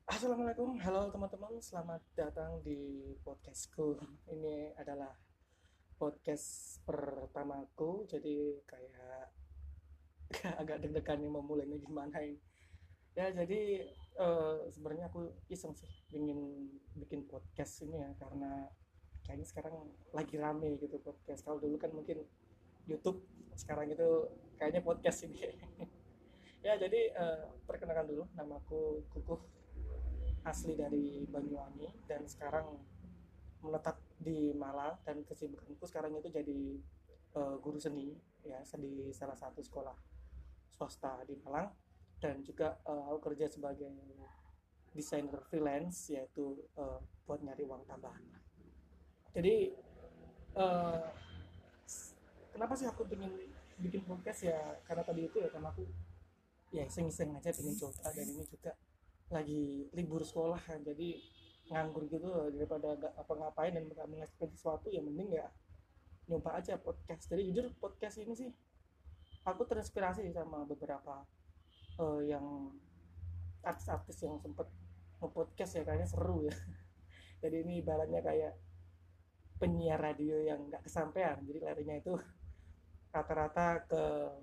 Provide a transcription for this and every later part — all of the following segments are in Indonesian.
Assalamualaikum, halo teman-teman, selamat datang di podcastku. Ini adalah podcast pertamaku, jadi kayak agak deg-degan nih mau mulainya gimana ini. Ya, jadi sebenarnya aku iseng sih ingin bikin podcast ini ya, karena kayaknya sekarang lagi rame gitu podcast. Kalau dulu kan mungkin YouTube, sekarang itu kayaknya podcast ini. Ya, jadi perkenalkan dulu, namaku Kukuh, asli dari Banyuwangi dan sekarang menetap di Malang, dan kesibukanku sekarang itu jadi guru seni ya di salah satu sekolah swasta di Malang, dan juga aku kerja sebagai desainer freelance, yaitu buat nyari uang tambahan. Jadi uh, kenapa sih aku pengen bikin podcast ya, karena tadi itu ya, karena aku ya iseng-iseng aja pengen coba, dan ini juga lagi libur sekolah kan, jadi nganggur gitu daripada gak apa ngapain dan gak menghasilkan sesuatu, ya mending ya nyoba aja podcast. Jadi jujur podcast ini sih aku terinspirasi sama beberapa yang artis-artis yang sempet nge-podcast ya, kayaknya seru ya. Jadi ini ibaratnya kayak penyiar radio yang nggak kesampaian, jadi larinya itu rata-rata ke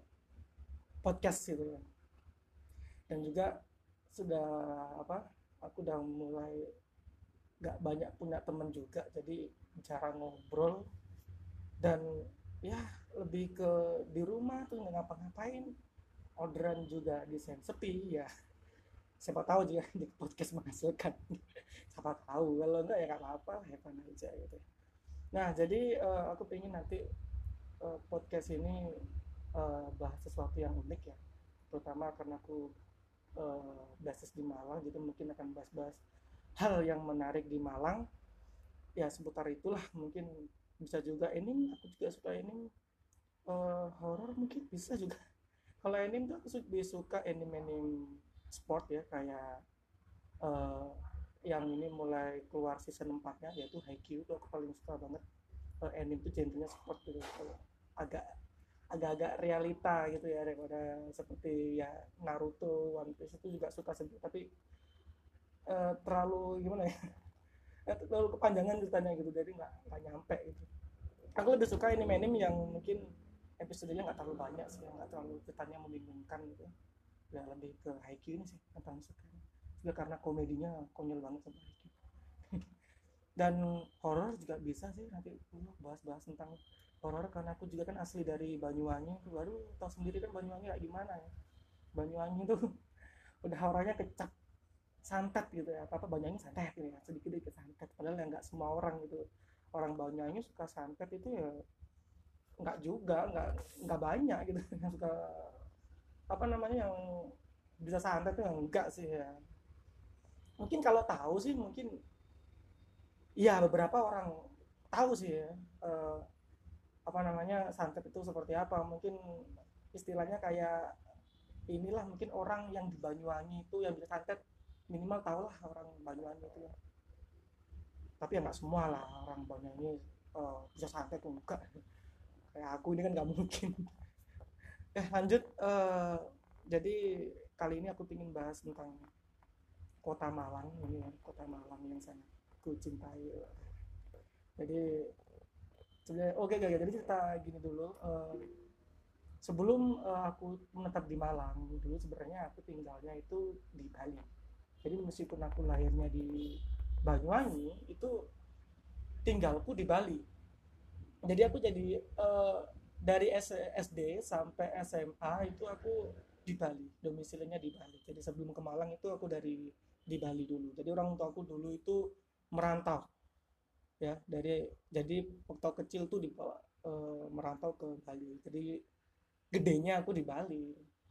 podcast gitu. Dan juga sudah apa, aku udah mulai nggak banyak punya temen juga, jadi cara ngobrol dan ya lebih ke di rumah tuh nggak ngapa-ngapain, orderan juga desain sepi ya. Siapa tahu juga di podcast menghasilkan. Siapa tahu, kalau enggak ya nggak apa-apa, have fun aja gitu. Nah, jadi aku pengen nanti podcast ini bahas sesuatu yang unik ya, terutama karena aku basis di Malang, jadi mungkin akan bahas-bahas hal yang menarik di Malang ya, seputar itulah. Mungkin bisa juga anime, aku juga suka anime. Horor mungkin bisa juga. Kalau anime tuh aku lebih suka anime-anime sport ya, kayak eh, yang ini mulai keluar season 4-nya, yaitu Haikyuu. Itu aku paling suka banget. Anime tuh genrenya sport gitu, agak agak-agak realita gitu ya, daripada seperti ya Naruto, One Piece itu juga suka sih, tapi terlalu gimana ya, terlalu kepanjangan ceritanya gitu, jadi nggak nyampe gitu. Aku lebih suka anime-anime yang mungkin episodenya nggak terlalu banyak sih, nggak terlalu ceritanya membingungkan gitu ya. Lebih ke Haikyuu ini sih yang paling suka juga, karena komedinya konyol banget sama Haikyuu. Dan horor juga bisa sih nanti bahas-bahas tentang horor, karena aku juga kan asli dari Banyuwangi tuh. Baru tahu sendiri kan Banyuwangi kayak gimana ya. Banyuwangi tuh udah orangnya kecap santet gitu ya, apa Banyuwangi santet gitu ya, sedikit sedikit santet, padahal ya nggak semua orang gitu. Orang Banyuwangi suka santet itu ya nggak juga, nggak banyak gitu yang suka apa namanya, yang bisa santet tuh yang enggak sih ya. Mungkin kalau tahu sih mungkin iya, beberapa orang tahu sih ya, eh, apa namanya santet itu seperti apa. Mungkin istilahnya kayak inilah, mungkin orang yang di Banyuwangi itu yang bisa santet minimal tau lah orang Banyuwangi itu ya. Tapi ya nggak semua lah orang Banyuwangi bisa santet tuh, enggak. Kayak aku ini kan nggak mungkin. Lanjut. Jadi kali ini aku ingin bahas tentang kota Malang ini ya, kota Malang yang sangat ku cintai. Jadi sebenarnya oke, oke, jadi cerita gini dulu. Sebelum aku menetap di Malang dulu, sebenarnya aku tinggalnya itu di Bali. Jadi meskipun aku lahirnya di Banyuwangi, itu tinggalku di Bali. Jadi aku jadi dari SD sampai SMA itu aku di Bali, domisilinya di Bali. Jadi sebelum ke Malang itu aku di Bali dulu. Jadi orang tua aku dulu itu merantau ya, jadi waktu kecil tuh dibawa merantau ke Bali. Jadi gedenya aku di Bali.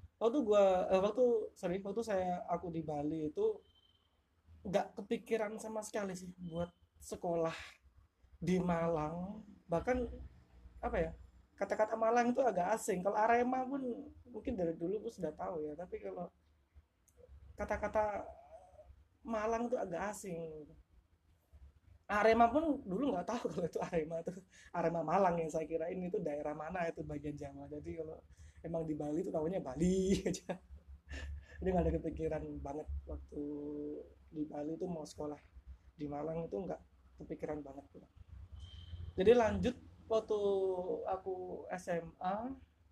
Waktu aku di Bali itu nggak kepikiran sama sekali sih buat sekolah di Malang. Bahkan apa ya, kata-kata Malang itu agak asing. Kalau Arema pun mungkin dari dulu gue sudah tahu ya, tapi kalau kata-kata Malang itu agak asing. Arema pun dulu nggak tahu kalau itu Arema itu Arema Malang, yang saya kira ini tuh daerah mana itu bagian Jawa. Jadi kalau emang di Bali itu tahunya Bali aja. Jadi nggak ada kepikiran banget waktu di Bali itu mau sekolah di Malang itu nggak kepikiran banget. Jadi lanjut waktu aku SMA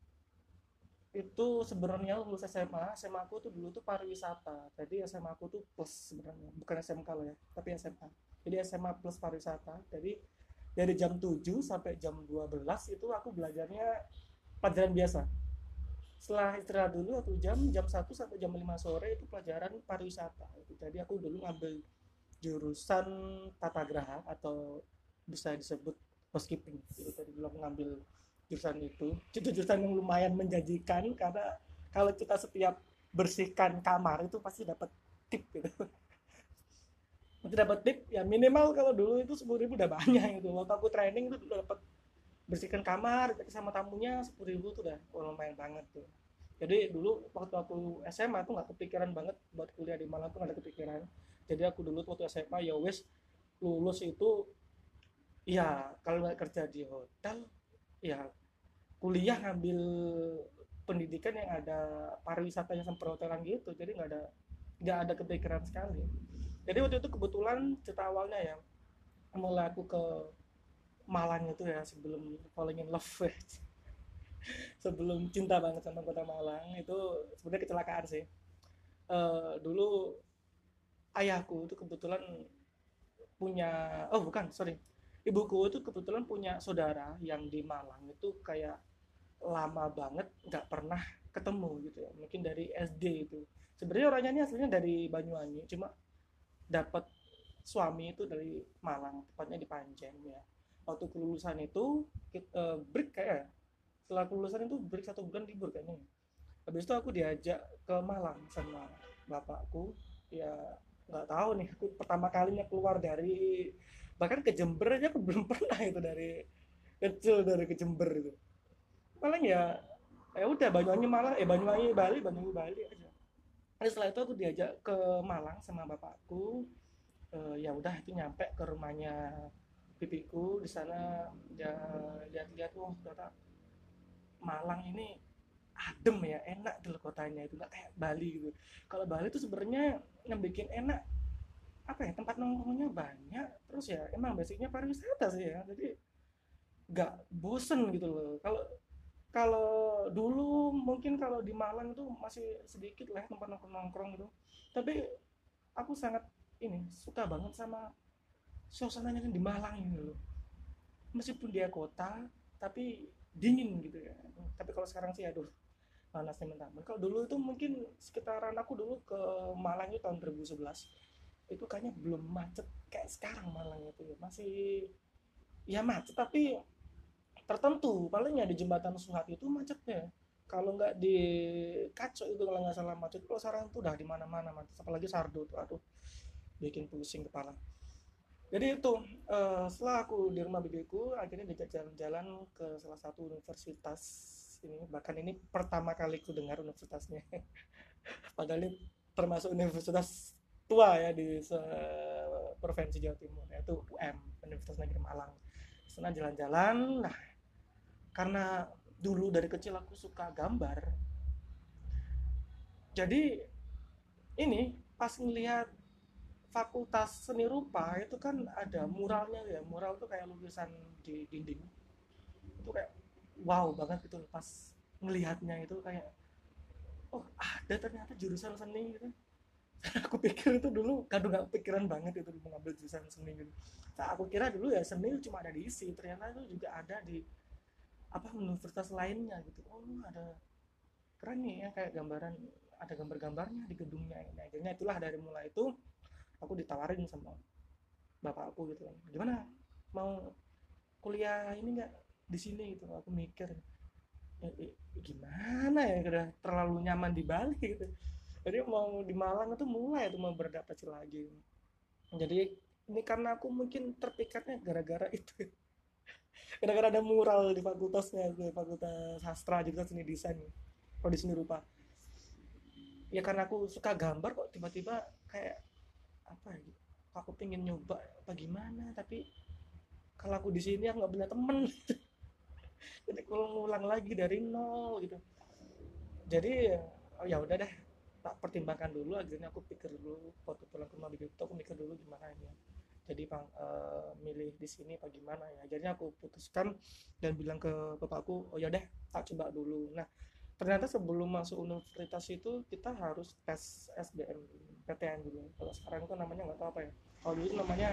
itu sebenarnya lulus SMA aku tuh dulu tuh pariwisata. Jadi SMA aku tuh plus sebenarnya, bukan SMK loh ya, tapi SMA. Jadi SMA plus pariwisata. Jadi dari jam 7 sampai jam 12 itu aku belajarnya pelajaran biasa. Setelah istirahat dulu 1 jam, jam 1 sampai jam 5 sore itu pelajaran pariwisata. Jadi aku dulu ngambil jurusan tata graha atau bisa disebut housekeeping. Jadi tadi dulu aku ngambil jurusan itu jurusan yang lumayan menjanjikan karena kalau kita setiap bersihkan kamar itu pasti dapat tip gitu. Nanti dapat tip ya minimal kalau dulu itu 10.000 udah banyak itu. Waktu aku training itu udah dapat bersihkan kamar sama tamunya 10.000 tuh udah lumayan banget tuh. Jadi dulu waktu aku SMA tuh nggak kepikiran banget buat kuliah di Malang tuh nggak ada kepikiran. Jadi aku dulu waktu SMA ya wes lulus itu ya kalau nggak kerja di hotel ya kuliah ngambil pendidikan yang ada pariwisatanya sama perhotelan gitu. Jadi nggak ada kepikiran sekali. Jadi waktu itu kebetulan cerita awalnya ya mulai aku ke Malang itu ya sebelum falling in love sebelum cinta banget sama kota Malang itu sebenarnya kecelakaan sih. Dulu ayahku itu kebetulan punya, oh bukan sorry, ibuku itu kebetulan punya saudara yang di Malang itu kayak lama banget nggak pernah ketemu gitu ya, mungkin dari SD itu. Sebenarnya orangnya ini aslinya dari Banyuwangi, cuma dapat suami itu dari Malang, tepatnya di Panjen ya. Waktu kelulusan itu break kayak, setelah kelulusan itu break 1 bulan libur kayaknya. Habis itu aku diajak ke Malang sama bapakku, ya nggak tahu nih, aku pertama kalinya keluar dari, bahkan ke Jember aja aku belum pernah itu dari kecil, dari ke Jember itu. Paling ya udah Banyuwangi Malang, Banyuwangi Bali, Banyuwangi Bali aja. Nah, setelah itu aku diajak ke Malang sama bapakku. Ya udah itu nyampe ke rumahnya bibiku di sana, ya lihat-lihat, wah ternyata Malang ini adem ya, enak tuh kotanya, itu nggak kayak Bali gitu. Kalau Bali itu sebenarnya yang bikin enak apa ya, tempat nongkrongnya banyak, terus ya emang basicnya pariwisata sih ya, jadi nggak bosen gitu loh. Kalau kalau dulu mungkin kalau di Malang itu masih sedikit lah tempat nongkrong gitu, tapi aku sangat ini suka banget sama suasananya di Malang ini loh. Meskipun dia kota tapi dingin gitu ya. Tapi kalau sekarang sih aduh panasnya mentah. Kalau dulu itu mungkin sekitaran aku dulu ke Malang itu tahun 2011 itu kayaknya belum macet kayak sekarang. Malang itu ya masih ya macet tapi tertentu, palingnya di jembatan Suhat itu macetnya, kalau nggak di Kacok itu kalau nggak salah macet. Kalau sekarang tuh udah di mana-mana macet, apalagi Sardo tuh aduh bikin pusing kepala. Jadi itu setelah aku di rumah bibiku akhirnya diajak jalan-jalan ke salah satu universitas ini, bahkan ini pertama kali ku dengar universitasnya padahal ini termasuk universitas tua ya di provinsi Jawa Timur, yaitu UM, Universitas Negeri Malang. Sana jalan-jalan. Nah, karena dulu dari kecil aku suka gambar, jadi ini pas ngelihat fakultas seni rupa itu kan ada muralnya ya, mural tuh kayak lukisan di dinding, itu kayak wow banget gitu pas ngelihatnya, itu kayak oh ada ternyata jurusan seni gitu. Aku pikir itu dulu kadang nggak pikiran banget itu mengambil jurusan seni gitu. Nah, aku kira dulu ya seni cuma ada di ISI, ternyata itu juga ada di apa universitas lainnya gitu. Oh ada, keren nih ya, kayak gambaran, ada gambar-gambarnya di gedungnya ini. Akhirnya itulah dari mulai itu aku ditawarin sama bapakku gitu kan, gimana mau kuliah ini nggak di sini gitu. Aku mikir gimana ya, udah terlalu nyaman di Bali gitu, jadi mau di Malang itu mulai itu mau beradaptasi lagi. Jadi ini karena aku mungkin terpikatnya gara-gara itu, gara-gara ada mural di fakultasnya, di fakultas sastra juga seni desain, kalau di seni rupa ya, karena aku suka gambar kok tiba-tiba kayak apa ya, aku pengen nyoba apa gimana, tapi kalau aku di sini aku nggak punya temen jadi kalau ngulang lagi dari nol gitu. Jadi oh, ya udah deh, tak pertimbangkan dulu, akhirnya aku pikir dulu waktu pulang ke rumah begitu aku mikir dulu gimana ini ya. Jadi bang milih di sini apa gimana ya, akhirnya aku putuskan dan bilang ke bapakku, oh ya deh tak coba dulu. Nah ternyata sebelum masuk universitas itu kita harus tes SBM PTN dulu. Kalau sekarang itu namanya nggak tahu apa ya, kalau dulu namanya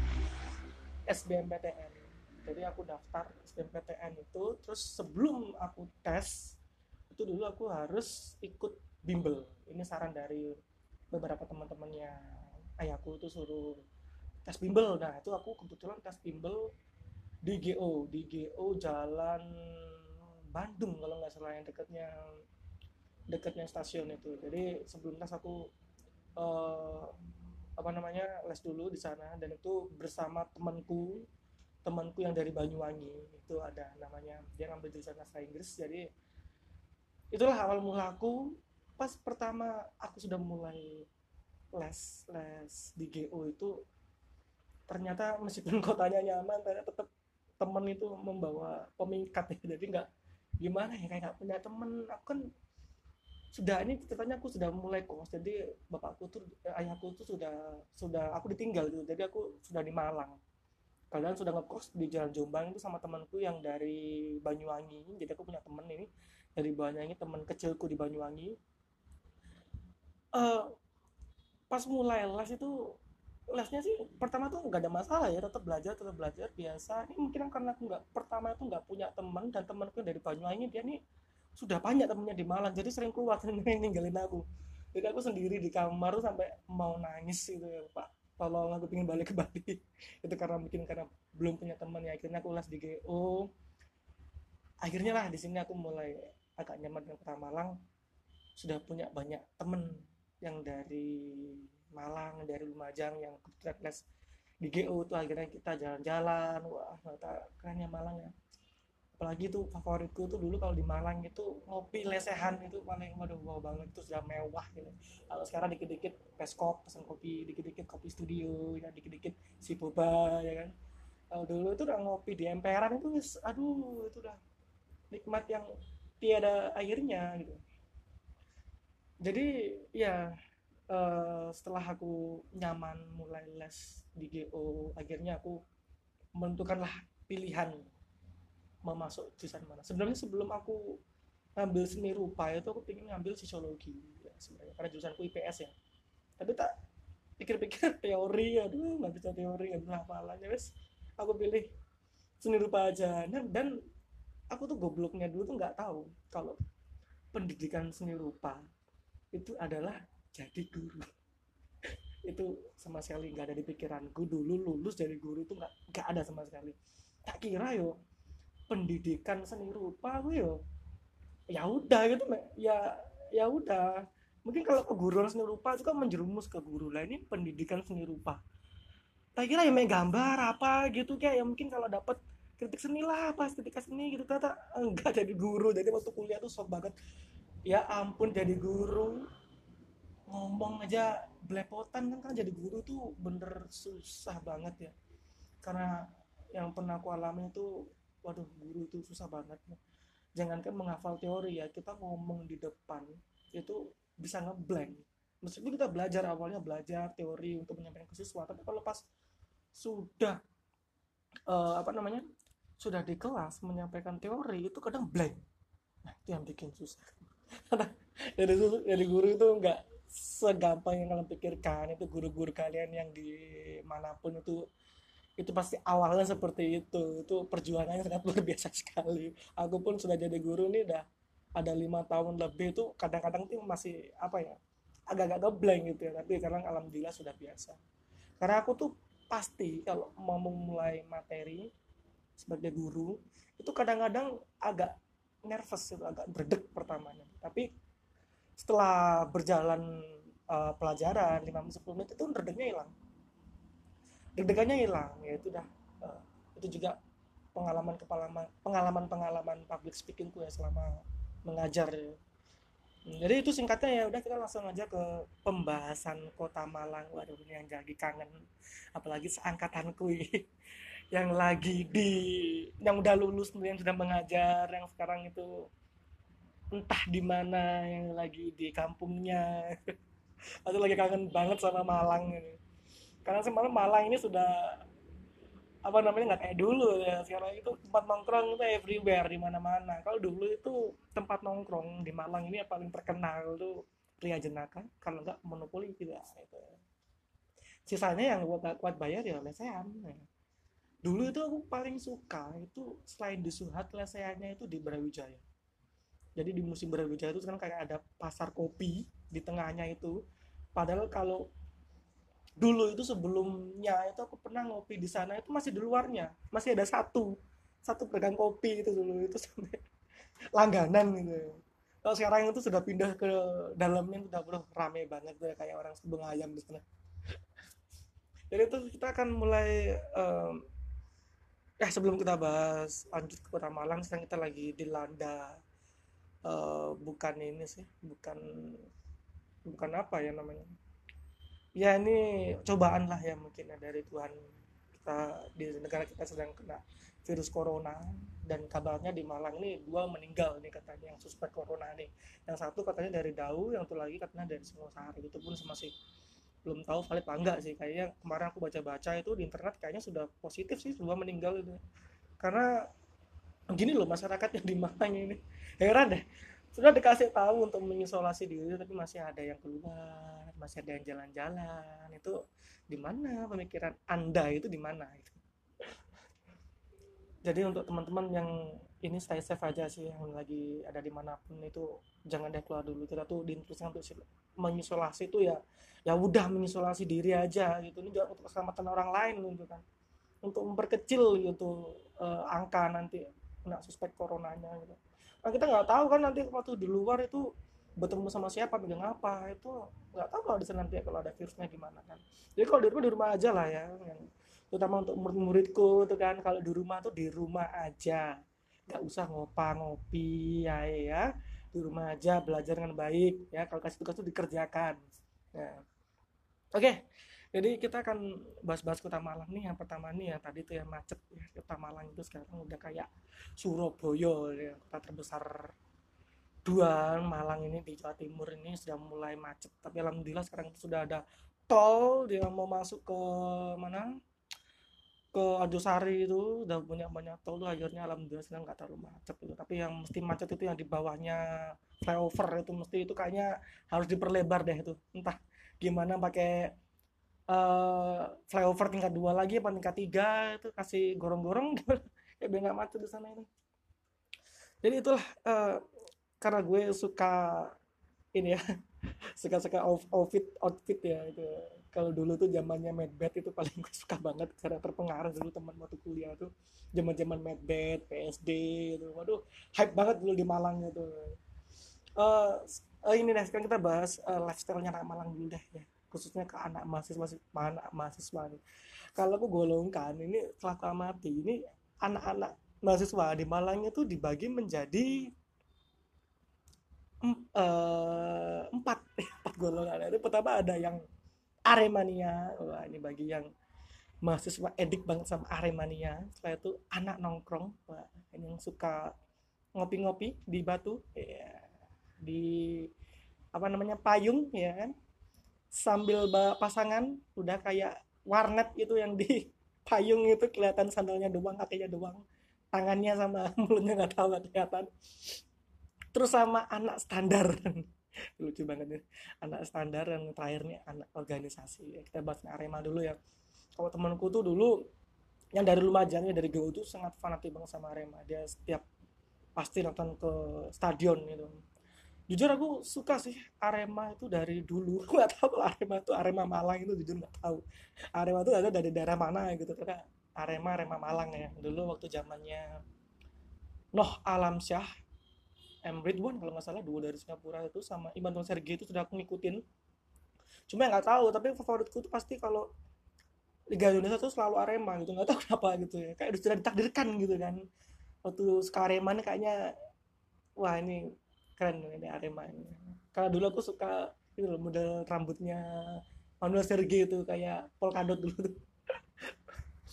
SBMPTN. Jadi aku daftar SBMPTN itu, terus sebelum aku tes itu dulu aku harus ikut bimbel. Ini saran dari beberapa teman-temannya ayahku, itu suruh tes bimbel. Nah itu aku kebetulan tes bimbel di GO Jalan Bandung kalau nggak salah, yang dekatnya stasiun itu. Jadi sebelum tes aku eh, apa namanya les dulu di sana, dan itu bersama temanku yang dari Banyuwangi. Itu ada namanya, dia ngambil jurusan bahasa Inggris. Jadi itulah awal mulaku. Pas pertama aku sudah mulai les les di GO itu, ternyata meskipun kotanya nyaman, ternyata tetap temen itu membawa pemikat ya. Jadi nggak gimana ya, kayak nggak punya temen. Aku kan sudah, ini ceritanya aku sudah mulai kos, jadi ayahku tuh sudah aku ditinggal gitu, jadi aku sudah di Malang. Kalian sudah ngekos di Jalan Jombang itu sama temanku yang dari Banyuwangi. Jadi aku punya temen ini dari Banyuwangi, teman kecilku di Banyuwangi. Eh Pas mulai les itu, lesnya sih pertama tuh nggak ada masalah ya, tetap belajar biasa. Ini mungkin karena aku nggak, pertama itu nggak punya teman, dan temanku dari Banyuwangi dia nih sudah banyak temennya di Malang, jadi sering keluar ninggalin aku. Jadi aku sendiri di kamar tuh sampai mau nangis gitu ya, Pak tolong aku pengen balik ke Bali. Itu karena belum punya teman ya, akhirnya aku les di GO. Akhirnya lah di sini aku mulai agak nyaman dengan kota Malang, sudah punya banyak temen yang dari Malang, dari Lumajang, yang kebetulan les di GO tuh. Akhirnya kita jalan-jalan, wah ternyata kerennya Malang ya. Apalagi tuh favoritku tuh dulu kalau di Malang itu ngopi lesehan itu paling, waduh wow banget, itu sudah mewah gitu. Kalau sekarang dikit-dikit peskop, pesan kopi, dikit-dikit kopi studio ya, dikit-dikit si boba ya kan. Kalau dulu itu udah ngopi di emperan itu, aduh itu udah nikmat yang tiada akhirnya gitu. Jadi ya setelah aku nyaman mulai les di GO, akhirnya aku menentukanlah pilihan mau masuk jurusan mana. Sebenarnya sebelum aku ngambil seni rupa itu aku pengen ngambil sosiologi ya, sebenarnya karena jurusanku IPS ya. Tapi tak pikir-pikir teori, aduh nggak bisa teori, nggak bisa hafalannya, wes aku pilih seni rupa aja. Dan aku tuh gobloknya dulu tuh nggak tahu kalau pendidikan seni rupa itu adalah jadi guru. Itu sama sekali nggak ada di pikiranku dulu. Lulus dari guru itu nggak ada sama sekali. Tak kira yo pendidikan seni rupa aku yo ya udah gitu, ya ya udah. Mungkin kalau keguruan seni rupa itu kan menjerumus ke guru lah, ini pendidikan seni rupa tak kira ya main gambar apa gitu, kayak ya mungkin kalau dapat kritik seni lah pas ketika seni gitu. Ternyata enggak, jadi guru. Jadi waktu kuliah tuh sok banget, ya ampun jadi guru ngomong aja belepotan kan jadi guru tuh bener susah banget ya. Karena yang pernah aku alami itu, waduh guru itu susah banget. Jangankan menghafal teori ya, kita ngomong di depan itu bisa ngeblank. Meskipun kita belajar, awalnya belajar teori untuk menyampaikan ke siswa, tapi kalau pas sudah apa namanya sudah di kelas menyampaikan teori itu kadang blank. Nah itu yang bikin susah. Jadi guru itu nggak segampang yang kalian pikirkan. Itu guru-guru kalian yang di manapun itu pasti awalnya seperti itu perjuangannya sangat luar biasa sekali. Aku pun sudah jadi guru nih udah ada 5 tahun lebih, tuh kadang-kadang tuh masih apa ya, agak-agak ngeblank gitu ya, tapi sekarang alhamdulillah sudah biasa. Karena aku tuh pasti kalau mau memulai materi sebagai guru itu kadang-kadang agak nervous, itu agak berdek pertamanya, tapi setelah berjalan pelajaran 5-10 menit itu redeknya hilang, deg-degannya hilang. Ya itu dah itu juga pengalaman public speakingku ya selama mengajar ya. Jadi itu singkatnya, ya udah kita langsung aja ke pembahasan Kota Malang. Waduh ini yang jadi kangen, apalagi seangkatanku ini yang lagi yang udah lulus, yang sudah mengajar, yang sekarang itu entah di mana, yang lagi di kampungnya atau lagi kangen banget sama Malang ini. Karena semalam Malang ini sudah apa namanya, nggak kayak dulu ya. Sekarang itu tempat nongkrong itu everywhere, di mana-mana. Kalau dulu itu tempat nongkrong di Malang ini yang paling terkenal tuh Pria Jenaka, kalau nggak Monopoli juga itu. Sisanya yang gua gak kuat bayar ya lesehan. Dulu itu aku paling suka itu selain di Suhat, lesehannya itu di Brawijaya. Jadi di musim Brawijaya itu kan kayak ada pasar kopi di tengahnya itu. Padahal kalau dulu itu sebelumnya itu aku pernah ngopi di sana itu masih di luarnya, masih ada satu satu pedagang kopi itu dulu itu sampai langganan gitu. Kalau sekarang itu sudah pindah ke dalamnya, udah bro rame banget tuh kayak orang sebelum ayam di sana. Jadi itu kita akan mulai sebelum kita bahas lanjut ke Kota Malang, sekarang kita lagi dilanda bukan ini sih, bukan bukan apa ya namanya, ya ini cobaan lah ya mungkin ya dari Tuhan. Kita di negara kita sedang kena virus corona, dan kabarnya di Malang ini 2 meninggal nih katanya yang suspek corona nih. Yang satu katanya dari Dau, yang satu lagi katanya dari Singosari. Itu pun masih belum tahu valid apa enggak sih. Kayaknya kemarin aku baca-baca itu di internet kayaknya sudah positif sih 2 meninggal itu. Karena gini loh, masyarakat yang di Malang ini heran deh, sudah dikasih tahu untuk mengisolasi diri tapi masih ada yang keluar, masih ada yang jalan-jalan. Itu di mana pemikiran anda itu, di mana itu? Jadi untuk teman-teman yang ini stay safe aja sih, yang lagi ada dimanapun itu jangan deh keluar dulu. Kita tuh diinstruksikan untuk mengisolasi itu ya, ya udah mengisolasi diri aja gitu. Ini juga untuk keselamatan orang lain gitu kan, untuk memperkecil gitu angka nanti kena suspek coronanya gitu. Nah, kita nggak tahu kan nanti waktu di luar itu bertemu sama siapa, pegang apa, itu nggak tahu kalau di sana nanti kalau ada virusnya gimana kan. Jadi kalau di rumah aja lah ya, yang terutama untuk murid-muridku tuh kan, kalau di rumah tuh di rumah aja, nggak usah ngopi ya, di rumah aja belajar dengan baik ya, kalau kasih tugas tuh dikerjakan ya. Oke, jadi kita akan bahas-bahas Kota Malang nih. Yang pertama nih ya, tadi tuh yang macet ya. Kota Malang itu sekarang udah kayak Surabaya ya, kota terbesar dua. Malang ini di Jawa Timur ini sudah mulai macet. Tapi alhamdulillah sekarang itu sudah ada tol yang mau masuk ke mana? Ke Arjosari itu udah punya banyak tol tuh, akhirnya alhamdulillah sekarang nggak terlalu macet itu. Tapi yang mesti macet itu yang di bawahnya flyover itu, mesti itu kayaknya harus diperlebar deh itu. Entah gimana pakai flyover tingkat 2 lagi apa tingkat 3 itu, kasih gorong-gorong ya biar nggak macet di sana ini. Jadi itulah karena gue suka ini ya, suka-suka outfit ya itu. Kalau dulu tuh zamannya Medbed itu paling gue suka banget, karena terpengaruh dulu teman waktu kuliah tuh zaman-zaman Medbed, PSD itu. Waduh, hype banget dulu di Malang itu. Eh ini deh, sekarang kita bahas lifestyle-nya anak Malang dulu deh ya, khususnya ke anak mahasiswa nih. Kalau aku golongkan ini setelah aku amati ini, anak-anak mahasiswa di Malang itu dibagi menjadi empat empat golongan. Itu pertama ada yang Aremania, wah ini bagi yang mahasiswa edik banget sama Aremania. Setelah itu anak nongkrong, wah ini yang suka ngopi-ngopi di Batu ya, di apa namanya payung ya kan, sambil pasangan udah kayak warnet itu, yang di payung itu kelihatan sandalnya doang, kakinya doang, tangannya sama mulutnya nggak tahu, nggak kelihatan. Terus sama anak standar lucu banget nih, anak standar. Yang terakhir nih anak organisasi ya. Kita bahas Arema dulu ya. Kalau temanku tuh dulu yang dari Lumajang ya, dari GU tuh sangat fanatik banget sama Arema. Dia setiap pasti nonton ke stadion gitu. Jujur aku suka sih Arema itu dari dulu. Aku nggak tahu kalau Arema itu Arema Malang, itu jujur nggak tahu. Arema itu ada dari daerah mana gitu, karena Arema Malang ya. Dulu waktu zamannya Noh Alamsyah, Ridwan kalau nggak salah, dua dari Singapura itu, sama Iman Don Sergei itu sudah aku ngikutin. Cuma nggak tahu, tapi favoritku tuh pasti kalau Liga Indonesia tuh selalu Arema gitu, nggak tahu kenapa gitu ya, kayak sudah ditakdirkan gitu kan. Waktu sekarang Arema ini kayaknya, wah ini keren ini Arema ini. Karena dulu aku suka itu loh, model rambutnya Manuel Sergei itu kayak polkadot dulu tuh.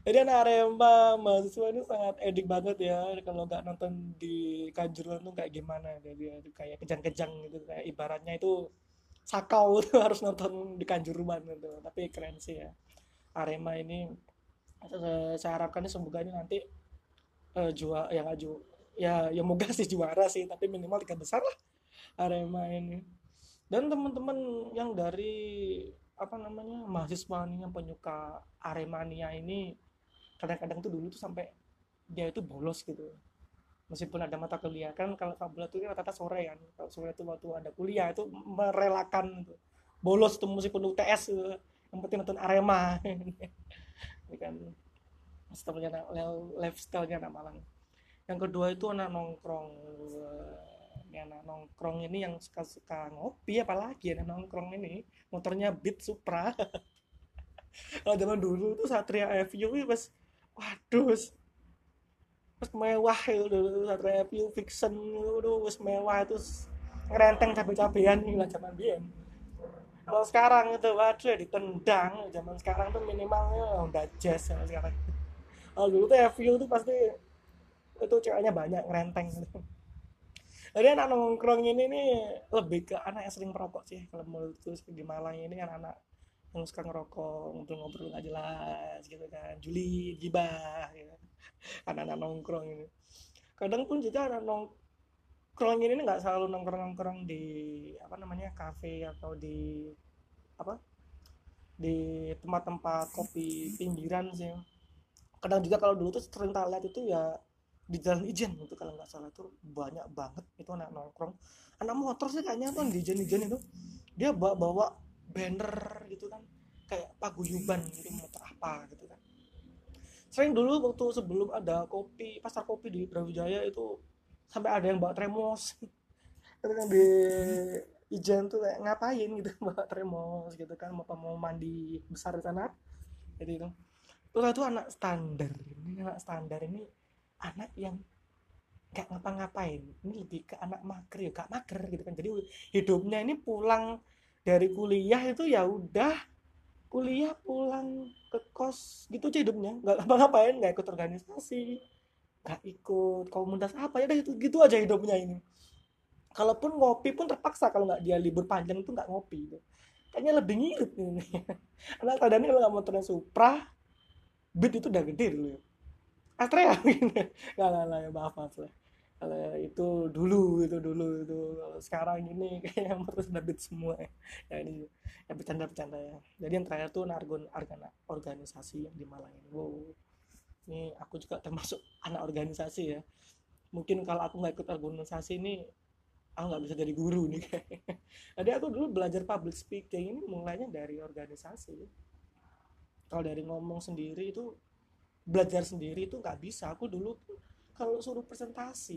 Jadi anak Arema mahasiswa ini sangat edik banget ya, kalau nggak nonton di Kanjuruhan tuh kayak gimana, jadi kayak kejang-kejang gitu, kayak ibaratnya itu sakau tuh harus nonton di Kanjuruhan gitu. Tapi keren sih ya Arema ini. Saya harapkan ini semoga ini nanti juara yang aju, ya moga sih juara sih, tapi minimal tiga besar lah Arema ini. Dan teman-teman yang dari apa namanya mahasiswa nih yang penyuka Aremania ini, kadang-kadang tuh dulu tuh sampai dia itu bolos gitu, meskipun ada mata kuliah kan. Kalau Fabula tuh rata-rata sore kan, kalau sore itu waktu ada kuliah itu merelakan tuh bolos tuh meskipun UTS gitu. Yang penting nonton Arema. Ini kan lifestyle-nya anak Malang. Yang kedua itu anak nongkrong. Ini anak nongkrong ini yang suka-suka ngopi, apalagi anak nongkrong ini motornya Beat Supra. Kalau zaman dulu tuh Satria FU ini pas, waduh, pas mewah itu dulu. Satria FU Fiction itu wis mewah itu, ngerenteng cabe-cabean nih lah zaman biyen. Kalau sekarang itu waduh ya ditendang. Zaman sekarang tuh minimalnya Honda Jazz ya sekarang. Kalau dulu tuh FU tuh pasti itu ceweknya banyak ngerenteng gitu. Jadi anak nongkrong ini nih lebih ke anak yang sering merokok sih kalau menurutku. Di Malang ini anak-anak yang suka ngerokok, ngobrol-ngobrol nggak jelas gitu kan, juli gibah gitu. Anak-anak nongkrong ini kadang pun juga anak nongkrong ini nggak selalu nongkrong-nongkrong di apa namanya kafe atau di apa, di tempat-tempat kopi pinggiran sih. Kadang juga kalau dulu tuh sering tak lihat itu ya di Jalan Ijen itu, kalau nggak salah tuh banyak banget itu anak nongkrong. Anak motor sih kayaknya tuh di Ijen itu dia bawa banner gitu kan, kayak paguyuban gitu, motor apa gitu kan. Sering dulu waktu sebelum ada kopi, pasar kopi di Brawijaya itu, sampai ada yang bawa tremos. Itu kan di Ijen tuh kayak ngapain gitu bawa tremos gitu kan, mau mandi besar di sana. Jadi itu terus itu anak standar. Ini anak standar ini anak yang gak ngapa-ngapain, ini lebih ke anak mager ya, gak mager gitu kan. Jadi hidupnya ini pulang dari kuliah itu ya udah kuliah, pulang ke kos gitu aja hidupnya, nggak ngapa-ngapain, nggak ikut organisasi, nggak ikut komunitas apa, ya udah gitu gitu aja hidupnya ini. Kalaupun ngopi pun terpaksa, kalau nggak dia libur panjang itu nggak ngopi gitu. Kayaknya lebih ngirit ini. Anak keadaannya kalau nggak motornya Supra, Beat itu udah gede dulu ya. Astrea gitu. Nggak lah ya, maaf lah. Kalau itu dulu itu kalau sekarang ini kayaknya motor sudah Beat semua ya. Ya ini ya bercanda-bercanda ya. Jadi yang terakhir tuh organisasi yang di Malang ini. Wow. Ini aku juga termasuk anak organisasi ya. Mungkin kalau aku nggak ikut organisasi ini aku nggak bisa jadi guru nih. Jadi aku dulu belajar public speaking ini mulainya dari organisasi. Kalau dari ngomong sendiri itu, belajar sendiri itu nggak bisa. Aku dulu kalau suruh presentasi,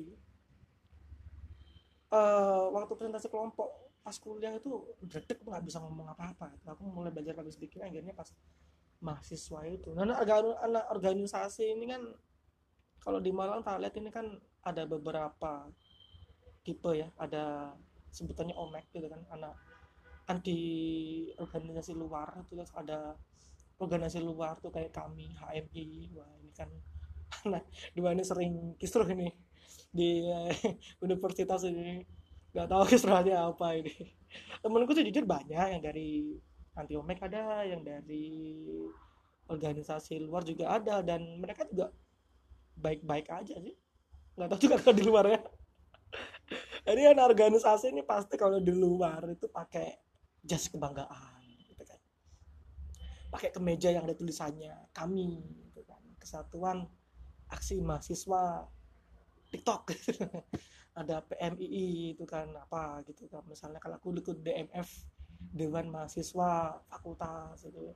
waktu presentasi kelompok pas kuliah itu dredeg, nggak bisa ngomong apa-apa. Aku mulai belajar public speaking akhirnya pas mahasiswa itu. Nah, anak organisasi ini kan kalau di Malang tak lihat ini kan ada beberapa tipe ya. Ada sebutannya OMEK gitu kan, anak anti organisasi luar itu. Ada organisasi luar tuh kayak kami HMI. Wah ini kan nah dua ini sering kisruh ini di universitas ini, nggak tahu kisruhnya apa ini. Temenku sih jujur banyak yang dari anti omek, ada yang dari organisasi luar juga ada, dan mereka juga baik-baik aja sih. Nggak tahu juga kalau di luar ya. Jadi kan organisasi ini pasti kalau di luar itu pakai jas kebanggaan gitu kan, pakai kemeja yang ada tulisannya kami gitu kan, Kesatuan Aksi Mahasiswa TikTok. Ada PMII itu kan apa gitu kan, misalnya kalau aku ikut DMF, Dewan Mahasiswa Fakultas itu.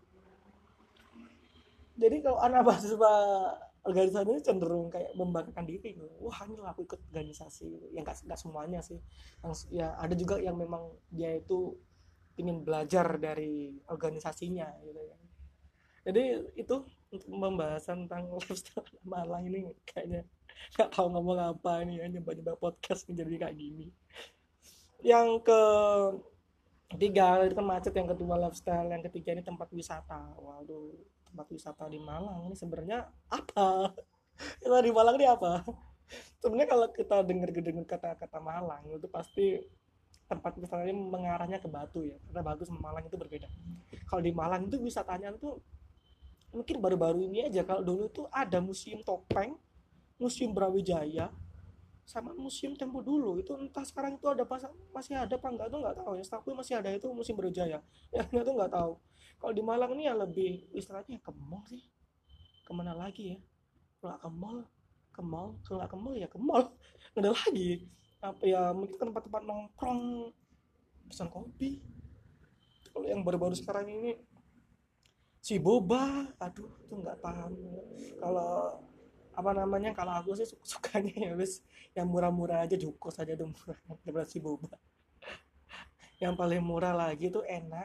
Jadi kalau anak mahasiswa organisasi ini cenderung kayak membanggakan diri gitu. Wah ini lah aku ikut organisasi gitu. Ya nggak semuanya sih, yang ya ada juga yang memang dia itu ingin belajar dari organisasinya gitu ya. Jadi itu untuk membahas tentang lifestyle Malang ini kayaknya nggak tahu ngomong apa ini ya, nyoba-nyoba podcast nih jadi kayak gini. Yang Ketiga itu kan macet, yang kedua lifestyle, yang ketiga ini tempat wisata. Waduh, tempat wisata di Malang ini sebenarnya apa? Kita di Malang ini apa? Sebenarnya kalau kita dengar kata-kata Malang itu pasti tempat wisatanya mengarahnya ke Batu ya, karena Batu sama Malang itu berbeda. Kalau di Malang itu wisatanya tuh mungkin baru-baru ini aja. Kalau dulu tuh ada museum topeng, museum Brawijaya, sama museum Tempo dulu. Itu entah sekarang itu ada masih ada apa enggak tuh nggak tahu ya. Setahu masih ada itu museum Brawijaya. Ya itu nggak tahu. Kalau di Malang ini ya lebih istilahnya ke mall sih. Kemana lagi ya? Kalau nggak ke mall, ke mall. Kalau nggak ke mall ya ke mall. Nggak ada lagi. Apa ya, mungkin ke tempat-tempat nongkrong, pesan kopi. Kalau yang baru-baru sekarang ini si boba, aduh tuh nggak paham. Kalau apa namanya, kalau aku sih sukanya ya wis yang murah-murah aja, jukos aja tuh murah daripada si boba. Yang paling murah lagi tuh enak,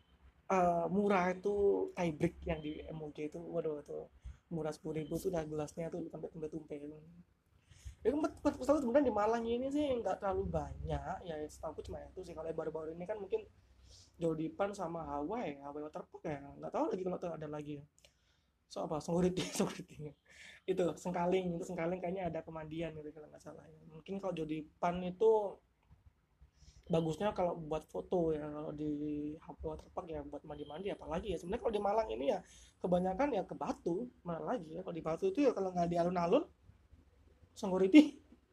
murah itu Thai break yang di MOJ itu, waduh tuh murah 10.000 tuh udah gelasnya tuh sampai tumpe-tumpe. Ya tempat pesawat sebenarnya di Malang ini sih nggak terlalu banyak ya, setahu aku cuma itu sih. Kalau yang baru-baru ini kan mungkin Jodipan sama Hawaii Waterpark ya, nggak tahu lagi kalau tuh ada lagi ya. So apa, Songoriti Songoriti itu Sengkaling kayaknya ada pemandian gitu kalau nggak salah ya. Mungkin kalau Jodipan itu bagusnya kalau buat foto ya, kalau di Waterpark ya buat mandi-mandi apalagi ya. Sebenarnya kalau di Malang ini ya kebanyakan ya ke Batu, mana lagi ya. Kalau di Batu itu ya kalau nggak di alun-alun, Songoriti,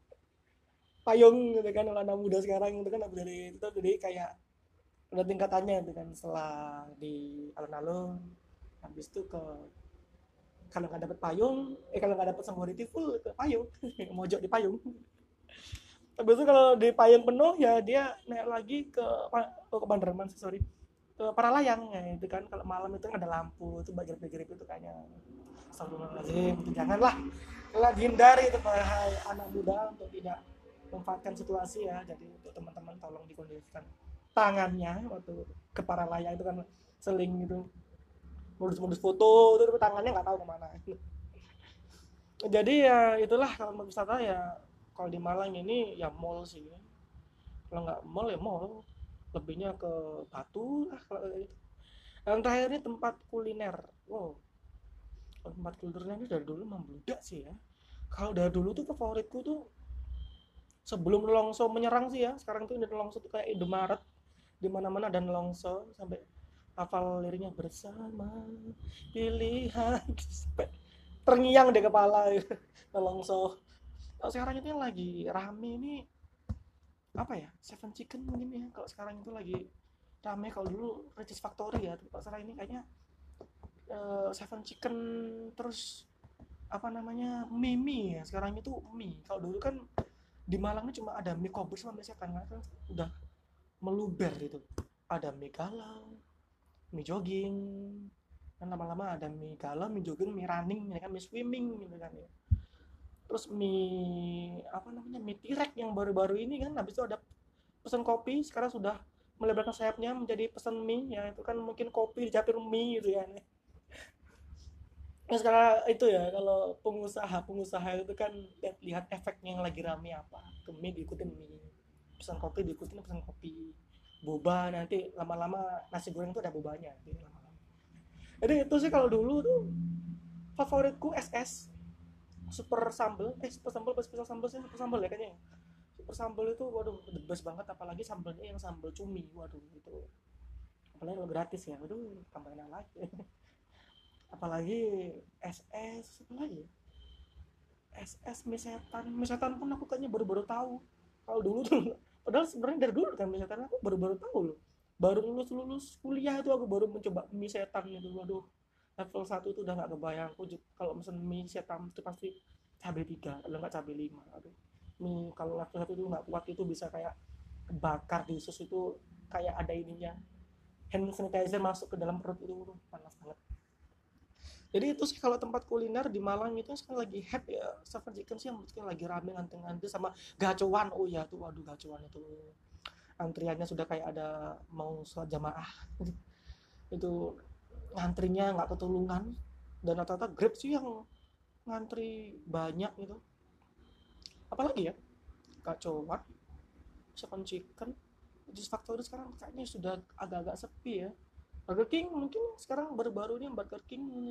payung gitu kan. Kalau anak muda sekarang itu kan dari itu, jadi kayak udah tingkatannya itu kan. Setelah di alun-alun, habis itu ke, kalau nggak dapet payung, kalau nggak dapet Songoriti full ke payung, mojok di payung. Habis itu kalau di payung penuh ya dia naik lagi ke, ke Bandarman sih, sorry, ke Paralayang ya. Itu kan kalau malam itu kan ada lampu itu, gerip-gerip itu kayaknya. Astagfirullahaladzim, itu janganlah, kalau dihindari itu bahaya anak muda untuk tidak memanfaatkan situasi ya. Jadi untuk teman-teman tolong dikondisikan tangannya waktu ke Paralayang itu kan, seling itu modus-modus foto itu tangannya nggak tahu kemana. Jadi ya itulah kalau mau wisata ya. Kalau di Malang ini ya mall sih, kalau nggak mall ya mall, lebihnya ke Batu lah kalau kayak gitu. Yang terakhir ini tempat kuliner. Wow, tempat kulinernya ini dari dulu membludak sih ya. Kalau dari dulu tuh favoritku tuh sebelum Nelongso menyerang sih ya. Sekarang tuh Nelongso tuh kayak Indomaret, di mana-mana ada Nelongso, sampai hafal liriknya bersama pilihan sampai terngiang di kepala. Nelongso. Kalau sekarang itu yang lagi rame ini apa ya, Seven Chicken mungkin ya. Kalau sekarang itu lagi rame. Kalau dulu Ricis Factory ya, kalau sekarang ini kayaknya Seven Chicken. Terus apa namanya, mie ya, sekarang itu mie. Kalau dulu kan di Malang ini cuma ada mie kobus sama mie setan, kan udah meluber gitu. Ada mie galau, mie jogging, kan lama-lama ada mie galau, mie jogging, mie running ya kan, mie swimming gitu kan ya. Terus mie apa namanya, mie tirek yang baru-baru ini kan. Habis itu ada pesan kopi, sekarang sudah melebarkan sayapnya menjadi pesan mie ya. Itu kan mungkin kopi dicampur mie gitu ya. Nah, sekarang itu ya, kalau pengusaha itu kan lihat efeknya yang lagi rame apa. Ke mie diikutin mie, pesan kopi diikutin pesan kopi, boba nanti lama-lama nasi goreng itu ada bobanya nanti lama-lama. Jadi itu sih kalau dulu tuh favoritku SS, super sambel, super sambel, spesial sambel sih, super sambel ya kayaknya. Super sambel itu waduh the best banget, apalagi sambelnya yang sambel cumi, waduh itu apalagi kalau gratis ya, waduh tambah enak lagi. Apalagi SS apa lagi ya? SS mie setan pun aku kayaknya baru-baru tahu. Kalau dulu tuh padahal sebenarnya dari dulu kan mie setan aku baru-baru tahu loh. Baru lulus kuliah itu aku baru mencoba mie setan itu. Waduh, level 1 itu udah nggak kebayang. Aku kalau pesen mie setan itu pasti cabai 3 kalau nggak cabai 5. Aduh, mie kalau level 1 itu nggak kuat, itu bisa kayak bakar di sus itu, kayak ada ininya, hand sanitizer masuk ke dalam perut itu panas banget. Jadi itu sih kalau tempat kuliner di Malang itu sekarang lagi hype ya, Seven Chicken sih yang mungkin lagi rame ngantri-ngantri, sama gacoan. Oh ya tuh, waduh gacoan itu antriannya sudah kayak ada mau sholat jamaah. Itu ngantrinya nggak ketulungan, dan rata-rata Grab sih yang ngantri banyak gitu. Apalagi ya, gacoan, Seven Chicken, Cheese Factory sekarang kayaknya sudah agak-agak sepi ya. Burger King mungkin sekarang baru-baru ini Burger King ini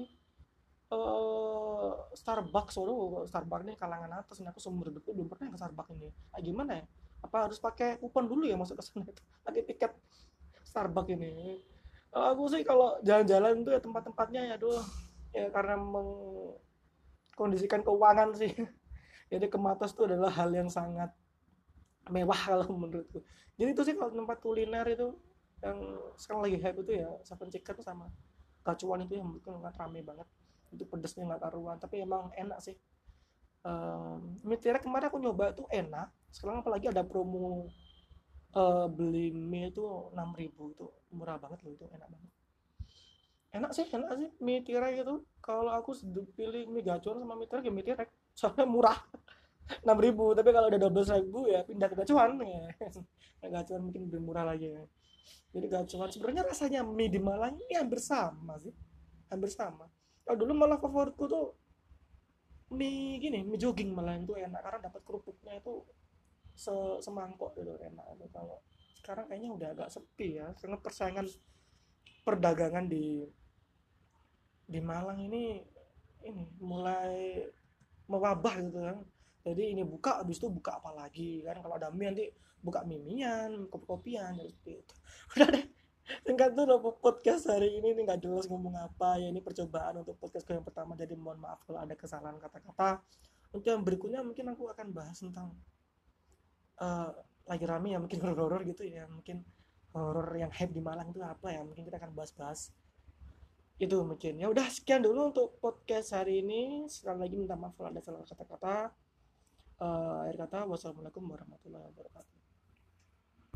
Starbucks. Waduh, Starbucks ini kalangan atas ini, aku seumur hidupku belum pernah ke Starbucks ini. Gimana ya, apa harus pakai kupon dulu ya masuk ke sana itu, pakai tiket Starbucks ini. Aku sih kalau jalan-jalan tuh ya tempat-tempatnya ya doh, ya karena mengkondisikan keuangan sih. Jadi ke Matos itu adalah hal yang sangat mewah kalau menurutku. Jadi itu sih kalau tempat kuliner itu yang sekarang lagi hype itu ya Seven Chicken sama Gacuan itu yang mungkin nggak rame banget. Itu pedesnya nggak karuan, tapi emang enak sih. Mie tirek kemarin aku nyoba tuh enak. Sekarang apalagi ada promo, beli mie itu 6.000 itu murah banget loh, itu enak banget. Enak sih mie tirek itu. Kalau aku pilih mie gacuan sama mie tirek ya mie tirek, soalnya murah. 6.000, tapi kalau udah 12.000 ya pindah ke gacuan ya. Gacuan mungkin lebih murah lagi ya. Jadi gacuan sebenarnya rasanya mie di Malang ini hampir sama sih, hampir sama. Kalau dulu malah favoritku tuh mie gini, mie jogging malah itu enak karena dapat kerupuknya itu semangkok gitu, enak. Kalau sekarang kayaknya udah agak sepi ya, karena persaingan perdagangan di Malang ini mulai mewabah gitu kan. Jadi ini buka, habis itu buka apa lagi kan, kalau ada mie nanti buka mimian, kopi-kopian, jadi seperti itu. Udah deh, singkat dulu podcast hari ini nggak jelas ngomong apa ya, ini percobaan untuk podcastku yang pertama, jadi mohon maaf kalau ada kesalahan kata-kata. Untuk yang berikutnya mungkin aku akan bahas tentang, eh, lagi rame ya mungkin horor-horor gitu ya, mungkin horor yang hype di Malang itu apa ya, mungkin kita akan bahas-bahas itu mungkin. Ya udah, sekian dulu untuk podcast hari ini. Sekali lagi minta maaf kalau ada salah kata-kata. Akhir kata, wassalamualaikum warahmatullahi wabarakatuh.